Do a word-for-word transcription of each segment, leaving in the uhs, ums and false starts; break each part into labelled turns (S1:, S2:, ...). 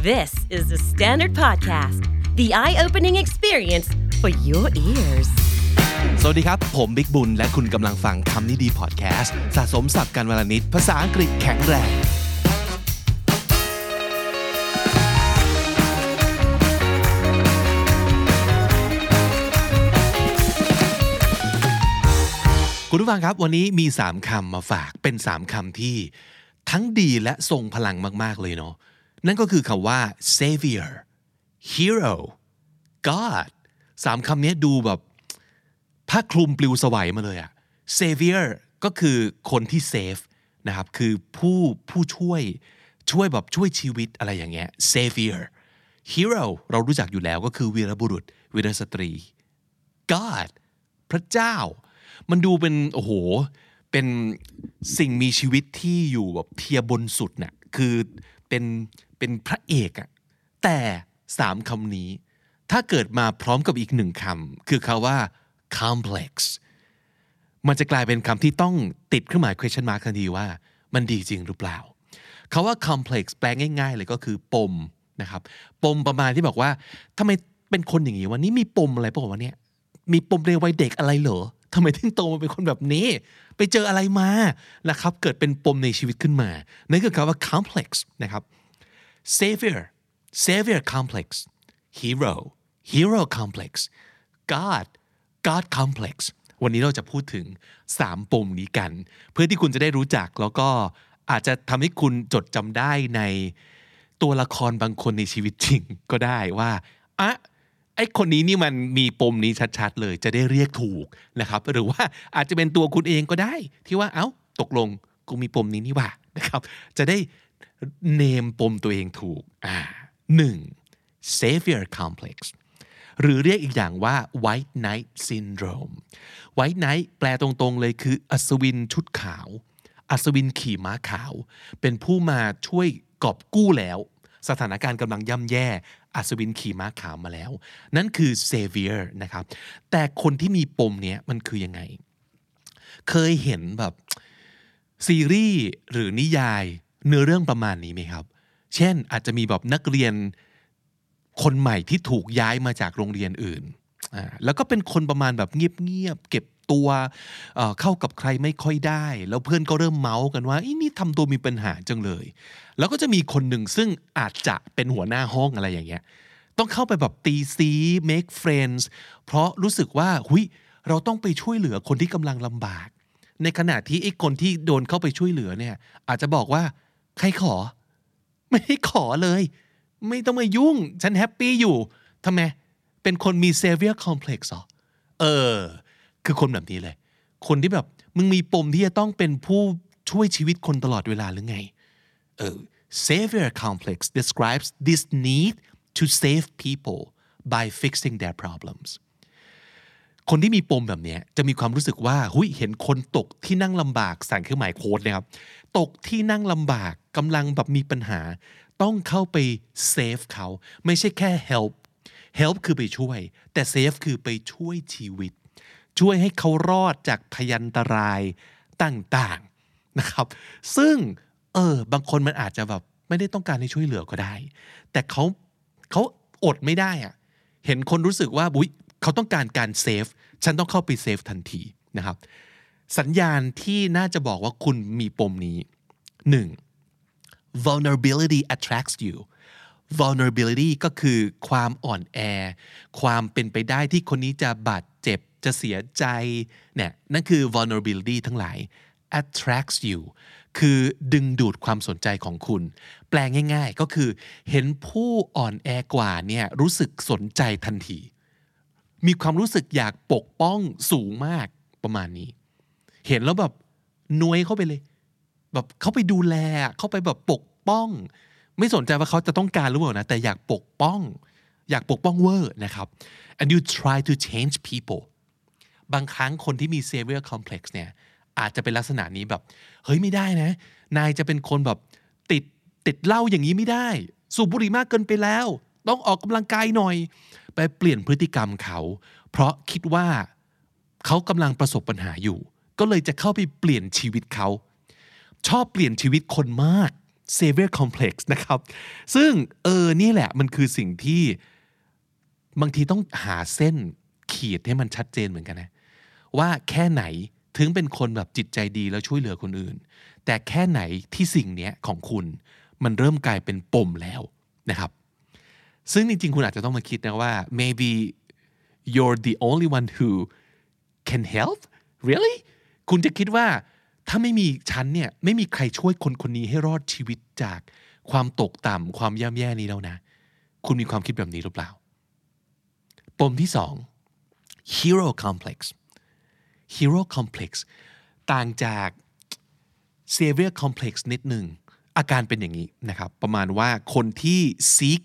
S1: This is the Standard Podcast, the eye-opening experience for your ears.
S2: สวัสดีครับผมบิ๊กบุญและคุณกำลังฟังคำนี้ดีพอดแคสต์สะสมศัพท์กันวลนิดภาษาอังกฤษแข็งแรงคุณผู้ฟังครับวันนี้มีสามคำมาฝากเป็นสามคำที่ทั้งดีและทรงพลังมากๆเลยเนาะนั่นก็คือคำว่า savior hero god สามคำนี้ดูแบบผ้าคลุมปลิวสวัยมาเลยอะ savior ก็คือคนที่ save นะครับคือผู้ผู้ช่วยช่วยแบบช่วยชีวิตอะไรอย่างเงี้ย savior hero เรารู้จักอยู่แล้วก็คือวีรบุรุษวีรสตรี god พระเจ้ามันดูเป็นโอ้โหเป็นสิ่งมีชีวิตที่อยู่แบบเทียบบนสุดน่ะคือเป็นเป็นพระเอกอะแต่สามคำนี้ถ้าเกิดมาพร้อมกับอีกหนึ่งคำคือคำว่า complex มันจะกลายเป็นคำที่ต้องติดเครื่องหมาย question mark ทันทีว่ามันดีจริงหรือเปล่าคำว่า complex แปลง่ายๆเลยก็คือปมนะครับปมประมาณที่บอกว่าทำไมเป็นคนอย่างนี้วันนี้มีปมอะไรป่ะวะเนี่ยมีปมในวัยเด็กอะไรเหรอทำไมถึงโตมาเป็นคนแบบนี้ไปเจออะไรมานะครับเกิดเป็นปมในชีวิตขึ้นมานั่นคือคำว่า complex นะครับ savior savior complex hero hero complex god god complex วันนี้เราจะพูดถึงสามปมนี้กันเพื่อที่คุณจะได้รู้จักแล้วก็อาจจะทำให้คุณจดจำได้ในตัวละครบางคนในชีวิตจริงก็ได้ว่าอะไอ้คนนี้นี่มันมีปมนี้ชัดๆเลยจะได้เรียกถูกนะครับหรือว่าอาจจะเป็นตัวคุณเองก็ได้ที่ว่าเอ้าตกลงกูมีปมนี้นี่หว่านะครับจะได้เนมปมตัวเองถูกอ่าหนึ่ง savior complex หรือเรียกอีกอย่างว่า white knight syndrome white knight แปลตรงๆเลยคืออัศวินชุดขาวอัศวินขี่ม้าขาวเป็นผู้มาช่วยกอบกู้แล้วสถานการณ์กำลังย่ำแย่อัศวินขี่ม้าขาวมาแล้วนั่นคือ savior นะครับแต่คนที่มีปมเนี้ยมันคือยังไงเคยเห็นแบบซีรีส์หรือนิยายเนื้อเรื่องประมาณนี้ไหมครับเช่นอาจจะมีแบบนักเรียนคนใหม่ที่ถูกย้ายมาจากโรงเรียนอื่นอ่าแล้วก็เป็นคนประมาณแบบเงียบๆเก็บตัวเอ่อเข้ากับใครไม่ค่อยได้แล้วเพื่อนก็เริ่มเมาส์กันว่าอีนี่ทำตัวมีปัญหาจังเลยแล้วก็จะมีคนหนึ่งซึ่งอาจจะเป็นหัวหน้าห้องอะไรอย่างเงี้ยต้องเข้าไปแบบตีซี make friends เพราะรู้สึกว่าหุยเราต้องไปช่วยเหลือคนที่กำลังลำบากในขณะที่ไอ้คนที่โดนเข้าไปช่วยเหลือเนี่ยอาจจะบอกว่าใครขอไม่ได้ขอเลยไม่ต้องมายุ่งฉันแฮปปี้อยู่ทำไมเป็นคนมี savior complex เหรอเออคือคนแบบนี้เลยคนที่แบบมึงมีปมที่จะต้องเป็นผู้ช่วยชีวิตคนตลอดเวลาหรือไงเออ savior complex describes this need to save people by fixing their problems คนที่มีปมแบบนี้จะมีความรู้สึกว่าหุยเห็นคนตกที่นั่งลำบากสั่งเครื่องหมายโค้ดนะครับตกที่นั่งลำบากกำลังแบบมีปัญหาต้องเข้าไป save เขาไม่ใช่แค่ help help คือไปช่วยแต่ save คือไปช่วยชีวิตช่วยให้เขารอดจากพยันตรายต่างๆนะครับซึ่งเออบางคนมันอาจจะแบบไม่ได้ต้องการให้ช่วยเหลือก็ได้แต่เขาเขาอดไม่ได้อะเห็นคนรู้สึกว่าอุ๊ยเขาต้องการการเซฟฉันต้องเข้าไปเซฟทันทีนะครับสัญญาณที่น่าจะบอกว่าคุณมีปมนี้หนึ่ง vulnerability attracts you vulnerability ก็คือความอ่อนแอความเป็นไปได้ที่คนนี้จะบาดเจ็บจะเสียใจเนี่ยนั่นคือ vulnerability ทั้งหลาย attracts you คือดึงดูดความสนใจของคุณแปลง่ายๆก็คือเห็นผู้อ่อนแอกว่าเนี่ยรู้สึกสนใจทันทีมีความรู้สึกอยากปกป้องสูงมากประมาณนี้เห็นแล้วแบบนวยเข้าไปเลยแบบเข้าไปดูแลเข้าไปแบบปกป้องไม่สนใจว่าเขาจะต้องการหรือเปล่านะแต่อยากปกป้องอยากปกป้องเวอร์นะครับ and you try to change people บางครั้งคนที่มี savior complex เนี่ยอาจจะเป็นลักษณะนี้แบบเฮ้ยไม่ได้นะนายจะเป็นคนแบบติดติดเหล้าอย่างนี้ไม่ได้สูบบุหรี่มากเกินไปแล้วต้องออกกำลังกายหน่อยไปเปลี่ยนพฤติกรรมเขาเพราะคิดว่าเขากำลังประสบปัญหาอยู่ก็เลยจะเข้าไปเปลี่ยนชีวิตเขาชอบเปลี่ยนชีวิตคนมาก savior complex นะครับซึ่งเออนี่แหละมันคือสิ่งที่บางทีต้องหาเส้นขีดให้มันชัดเจนเหมือนกันนะว่าแค่ไหนถึงเป็นคนแบบจิตใจดีแล้วช่วยเหลือคนอื่นแต่แค่ไหนที่สิ่งนี้ของคุณมันเริ่มกลายเป็นปมแล้วนะครับซึ่งจริงๆคุณอาจจะต้องมาคิดนะว่า maybe you're the only one who can help really คุณจะคิดว่าถ้าไม่มีฉันเนี่ยไม่มีใครช่วยคนคนนี้ให้รอดชีวิตจากความตกต่ำความย่ำแย่นี้แล้วนะคุณมีความคิดแบบนี้หรือเปล่าปมที่สอง hero complex hero complex ต่างจาก savior complex นิดหนึ่งอาการเป็นอย่างนี้นะครับประมาณว่าคนที่ seek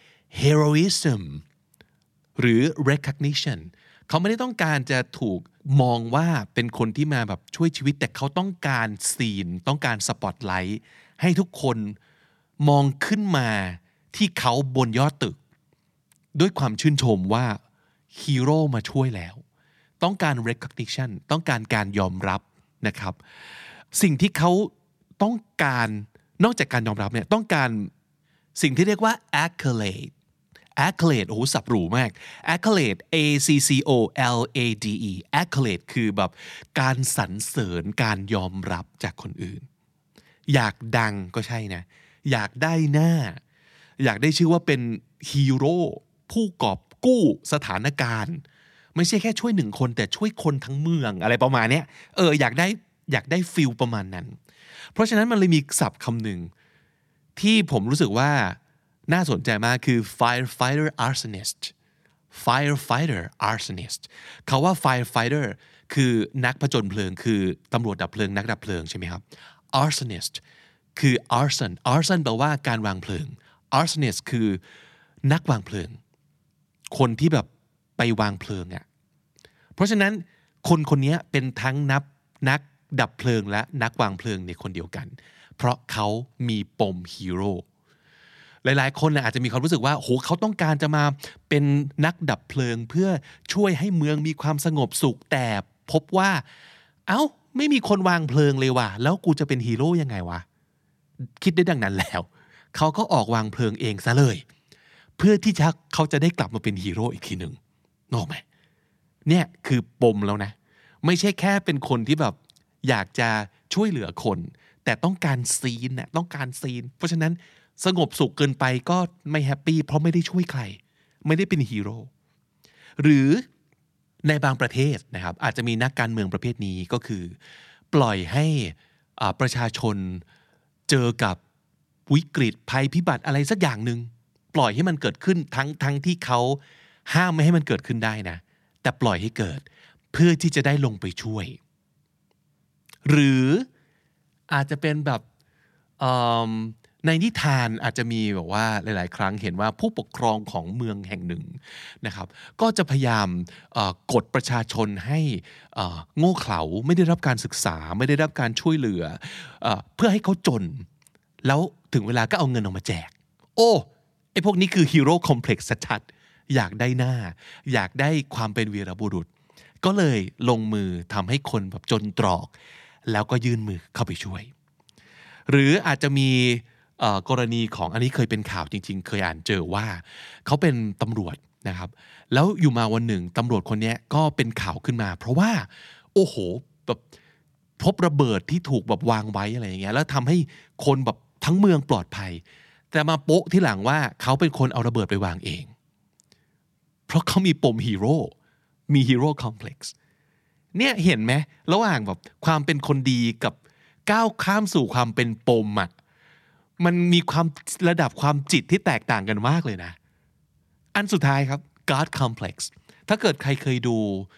S2: heroism หรือ recognition เขาไม่ได้ต้องการจะถูกมองว่าเป็นคนที่มาแบบช่วยชีวิตแต่เขาต้องการซีนต้องการสปอตไลท์ให้ทุกคนมองขึ้นมาที่เขาบนยอดตึกด้วยความชื่นชมว่าฮีโร่มาช่วยแล้วต้องการ recognition ต้องการการยอมรับนะครับสิ่งที่เขาต้องการนอกจากการยอมรับเนี่ยต้องการสิ่งที่เรียกว่า accolade accolade โอ้โหสับหรูมาก accolade a c c o l a d e accolade คือแบบการสรรเสริญการยอมรับจากคนอื่นอยากดังก็ใช่นะอยากได้หน้าอยากได้ชื่อว่าเป็นฮีโร่ผู้กอบกู้สถานการณ์ไม่ใช่แค่ช่วยหนึ่งคนแต่ช่วยคนทั้งเมืองอะไรประมาณเนี้ยเอออยากได้อยากได้ฟีลประมาณนั้นเพราะฉะนั้นมันเลยมีศัพท์คำหนึ่งที่ผมรู้สึกว่าน่าสนใจมากคือ firefighter arsonist firefighter arsonist เขาว่า firefighter คือนักผจญเพลิงคือตำรวจดับเพลิงนักดับเพลิงใช่ไหมครับ arsonist คือ arson arson แปลว่าการวางเพลิง arsonist คือนักวางเพลิงคนที่แบบไปวางเพลิงอ่ะเพราะฉะนั้นคนคนนี้เป็นทั้งนับนักดับเพลิงและนักวางเพลิงในคนเดียวกันเพราะเขามีปมฮีโร่หลายๆคนอาจจะมีความรู้สึกว่าโหเขาต้องการจะมาเป็นนักดับเพลิงเพื่อช่วยให้เมืองมีความสงบสุขแต่พบว่าเอ้าไม่มีคนวางเพลิงเลยว่ะแล้วกูจะเป็นฮีโร่ยังไงวะคิดได้ดังนั้นแล้วเขาก็ออกวางเพลิงเองซะเลยเพื่อที่จะเขาจะได้กลับมาเป็นฮีโร่อีกทีหนึ่งนอกไหมเนี่ยคือปมแล้วนะไม่ใช่แค่เป็นคนที่แบบอยากจะช่วยเหลือคนแต่ต้องการซีนน่ะต้องการซีนเพราะฉะนั้นสงบสุขเกินไปก็ไม่แฮปปี้เพราะไม่ได้ช่วยใครไม่ได้เป็นฮีโร่หรือในบางประเทศนะครับอาจจะมีนักการเมืองประเภทนี้ก็คือปล่อยให้ประชาชนเจอกับวิกฤตภัยพิบัติอะไรสักอย่างหนึ่งปล่อยให้มันเกิดขึ้นทั้งทั้งที่เขาห้ามไม่ให้มันเกิดขึ้นได้นะแต่ปล่อยให้เกิดเพื่อที่จะได้ลงไปช่วยหรืออาจจะเป็นแบบในนิทานอาจจะมีแบบว่าหลายๆครั้งเห็นว่าผู้ปกครองของเมืองแห่งหนึ่งนะครับก็จะพยายามกดประชาชนให้โง่เขลาไม่ได้รับการศึกษาไม่ได้รับการช่วยเหลือเพื่อให้เขาจนแล้วถึงเวลาก็เอาเงินออกมาแจกโอ้ไอ้พวกนี้คือฮีโร่คอมเพล็กซ์ชัดๆอยากได้หน้าอยากได้ความเป็นวีรบุรุษก็เลยลงมือทำให้คนแบบจนตรอกแล้วก็ยื่นมือเข้าไปช่วยหรืออาจจะมีกรณีของอันนี้เคยเป็นข่าวจริงๆเคยอ่านเจอว่าเขาเป็นตำรวจนะครับแล้วอยู่มาวันหนึ่งตำรวจคนนี้ก็เป็นข่าวขึ้นมาเพราะว่าโอ้โหแบบพบระเบิดที่ถูกแบบวางไว้อะไรอย่างเงี้ยแล้วทำให้คนแบบทั้งเมืองปลอดภัยแต่มาโป๊ะที่หลังว่าเขาเป็นคนเอาระเบิดไปวางเองเพราะเขามีปมฮีโร่มีฮีโร่คอมเพล็กซ์เนี่ยเห็นไหมระหว่างแบบความเป็นคนดีกับก้าวข้ามสู่ความเป็นปมอ่ะมันมีความระดับความจิตที่แตกต่างกันมากเลยนะอันสุดท้ายครับ God Complex ถ้าเกิดใครเคยดู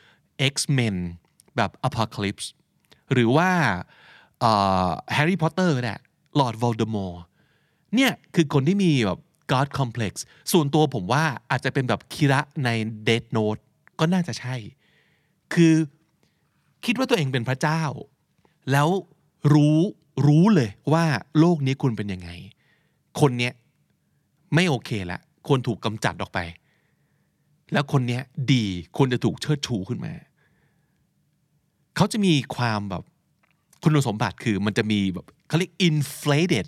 S2: X-Men แบบ Apocalypse หรือว่า Harry Potter ก็ได้ Lord Voldemort เนี่ยคือคนที่มีแบบ God Complex ส่วนตัวผมว่าอาจจะเป็นแบบคิระใน Death Note ก็น่าจะใช่คือคิดว่าตัวเองเป็นพระเจ้าแล้วรู้รู้เลยว่าโลกนี้คุณเป็นยังไงคนเนี้ยไม่โอเคละควรถูกกำจัดออกไปแล้วคนเนี้ยดีควรจะถูกเชิดชูขึ้นมาเขาจะมีความแบบคุณสมบัติคือมันจะมีแบบเขาเรียก inflated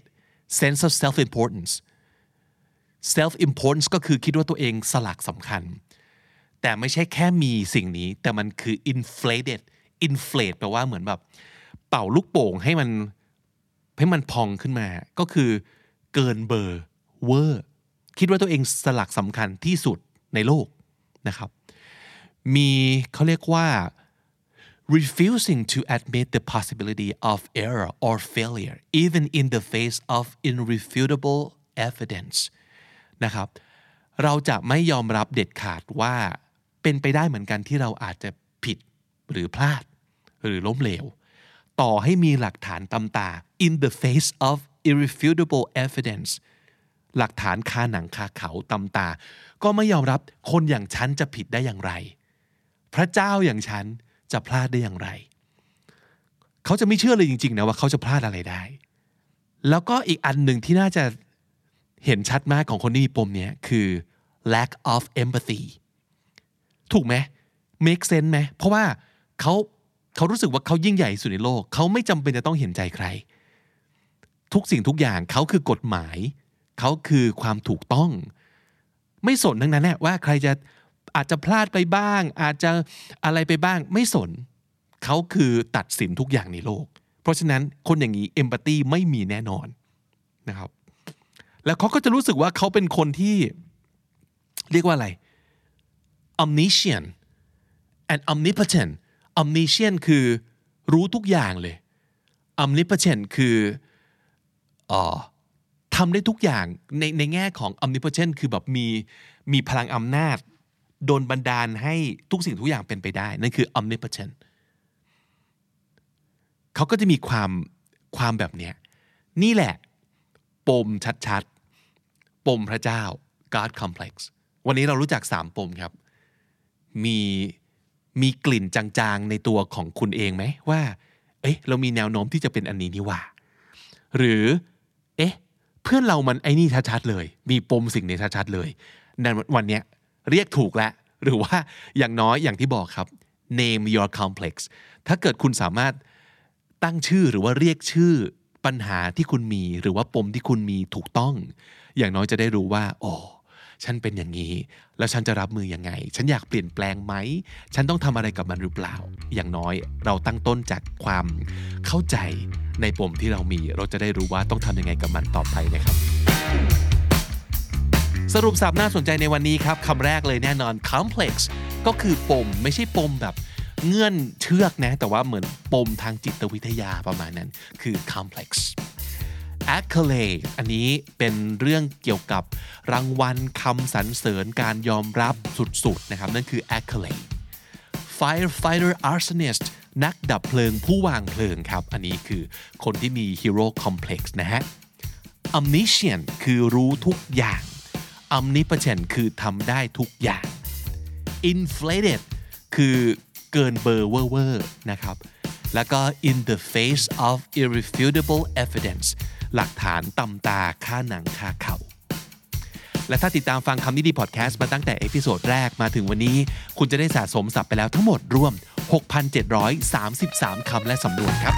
S2: sense of self importance self importance ก็คือคิดว่าตัวเองสลักสำคัญแต่ไม่ใช่แค่มีสิ่งนี้แต่มันคือ inflated inflate แปลว่าเหมือนแบบเป่าลูกโป่งให้มันให้มันพองขึ้นมาก็คือเกินเบอร์เวอร์คิดว่าตัวเองสลักสำคัญที่สุดในโลกนะครับมีเขาเรียกว่า refusing to admit the possibility of error or failure even in the face of irrefutable evidence นะครับเราจะไม่ยอมรับเด็ดขาดว่าเป็นไปได้เหมือนกันที่เราอาจจะผิดหรือพลาดหรือล้มเหลวต่อให้มีหลักฐานตำตา in the face of irrefutable evidence หลักฐานคาหนังคาเขาตำตาก็ไม่ยอมรับคนอย่างฉันจะผิดได้อย่างไรพระเจ้าอย่างฉันจะพลาดได้อย่างไรเขาจะไม่เชื่อเลยจริงๆนะว่าเขาจะพลาดอะไรได้แล้วก็อีกอันหนึ่งที่น่าจะเห็นชัดมากของคนที่มีปมนี้คือ lack of empathy ถูกไหม make sense ไหมเพราะว่าเขาเขารู้สึกว่าเขายิ่งใหญ่สุดในโลกเขาไม่จำเป็นจะต้องเห็นใจใครทุกสิ่งทุกอย่างเขาคือกฎหมายเขาคือความถูกต้องไม่สนทั้งนั้นแหละว่าใครจะอาจจะพลาดไปบ้างอาจจะอะไรไปบ้างไม่สนเขาคือตัดสินทุกอย่างในโลกเพราะฉะนั้นคนอย่างนี้ empathy ไม่มีแน่นอนนะครับแล้วเขาก็จะรู้สึกว่าเขาเป็นคนที่เรียกว่าอะไร omniscient and omnipotent omniscient คือรู้ทุกอย่างเลย omnipotent คืออ๋อทำได้ทุกอย่างในในแง่ของ omnipotent คือแบบมีมีพลังอำนาจโดนบันดาลให้ทุกสิ่งทุกอย่างเป็นไปได้นั่นคือ omnipotent เขาก็จะมีความความแบบเนี้ยนี่แหละปมชัดๆปมพระเจ้า God complex วันนี้เรารู้จักสามปมครับมีมีกลิ่นจางๆในตัวของคุณเองไหมว่าเอ๊ะเรามีแนวโน้มที่จะเป็นอันนี้นี่ว่าหรือเอ๊ะเพื่อนเรามันไอ้นี่ชัดๆเลยมีปมสิ่งนี้ชัดๆเลยในวันนี้เรียกถูกแล้วหรือว่าอย่างน้อยอย่างที่บอกครับ name your complex ถ้าเกิดคุณสามารถตั้งชื่อหรือว่าเรียกชื่อปัญหาที่คุณมีหรือว่าปมที่คุณมีถูกต้องอย่างน้อยจะได้รู้ว่าโอ้ฉันเป็นอย่างนี้แล้วฉันจะรับมือยังไงฉันอยากเปลี่ยนแปลงไหมฉันต้องทำอะไรกับมันหรือเปล่าอย่างน้อยเราตั้งต้นจากความเข้าใจในปมที่เรามีเราจะได้รู้ว่าต้องทำยังไงกับมันต่อไปนะครับสรุปสับน่าสนใจในวันนี้ครับคำแรกเลยแน่นอน complex ก็คือปมไม่ใช่ปมแบบเงื่อนเชือกนะแต่ว่าเหมือนปมทางจิตวิทยาประมาณนั้นคือ complex accolade อันนี้เป็นเรื่องเกี่ยวกับรางวัลคำสรรเสริญการยอมรับสุดๆนะครับนั่นคือ accolade firefighter arsonist นักดับเพลิงผู้วางเพลิงครับอันนี้คือคนที่มี hero complex นะฮะ omniscient คือรู้ทุกอย่าง omnipotent คือทำได้ทุกอย่าง inflated คือเกินเบอร์เวอร์ๆนะครับแล้วก็ in the face of irrefutable evidence หลักฐานตำตาค่าหนังค่าเขาและถ้าติดตามฟังคำนี้ดีพอดแคสต์มาตั้งแต่เอพิโซดแรกมาถึงวันนี้คุณจะได้สะสมศัพท์ไปแล้วทั้งหมดรวม หกพันเจ็ดร้อยสามสิบสาม คำและสำนวนครับ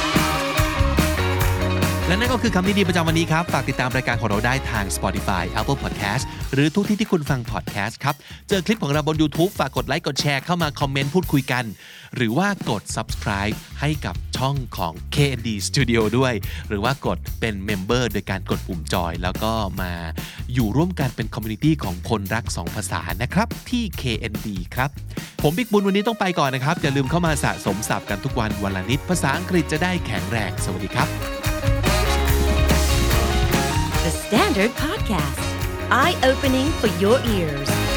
S2: และนั่นก็คือคำนี้ดีประจำวันนี้ครับฝากติดตามรายการของเราได้ทาง Spotify Apple Podcast หรือทุกที่ที่คุณฟัง podcast ครับเจอคลิปของเราบน YouTube ฝากกดไลค์กดแชร์เข้ามาคอมเมนต์พูดคุยกันหรือว่ากด subscribe ให้กับช่องของ เค เอ็น ดี Studio ด้วยหรือว่ากดเป็นเมมเบอร์โดยการกดปุ่มจอยแล้วก็มาอยู่ร่วมกันเป็นคอมมูนิตี้ของคนรักสองภาษานะครับที่ เค เอ็น ดี ครับผมบิ๊กบุญวันนี้ต้องไปก่อนนะครับอย่าลืมเข้ามาสะสมศัพท์กันทุกวันวันละนิดภาษาอังกฤษจะได้แข็งแรงสวัสดีครับ
S1: The Standard Podcast Eye Opening for Your Ears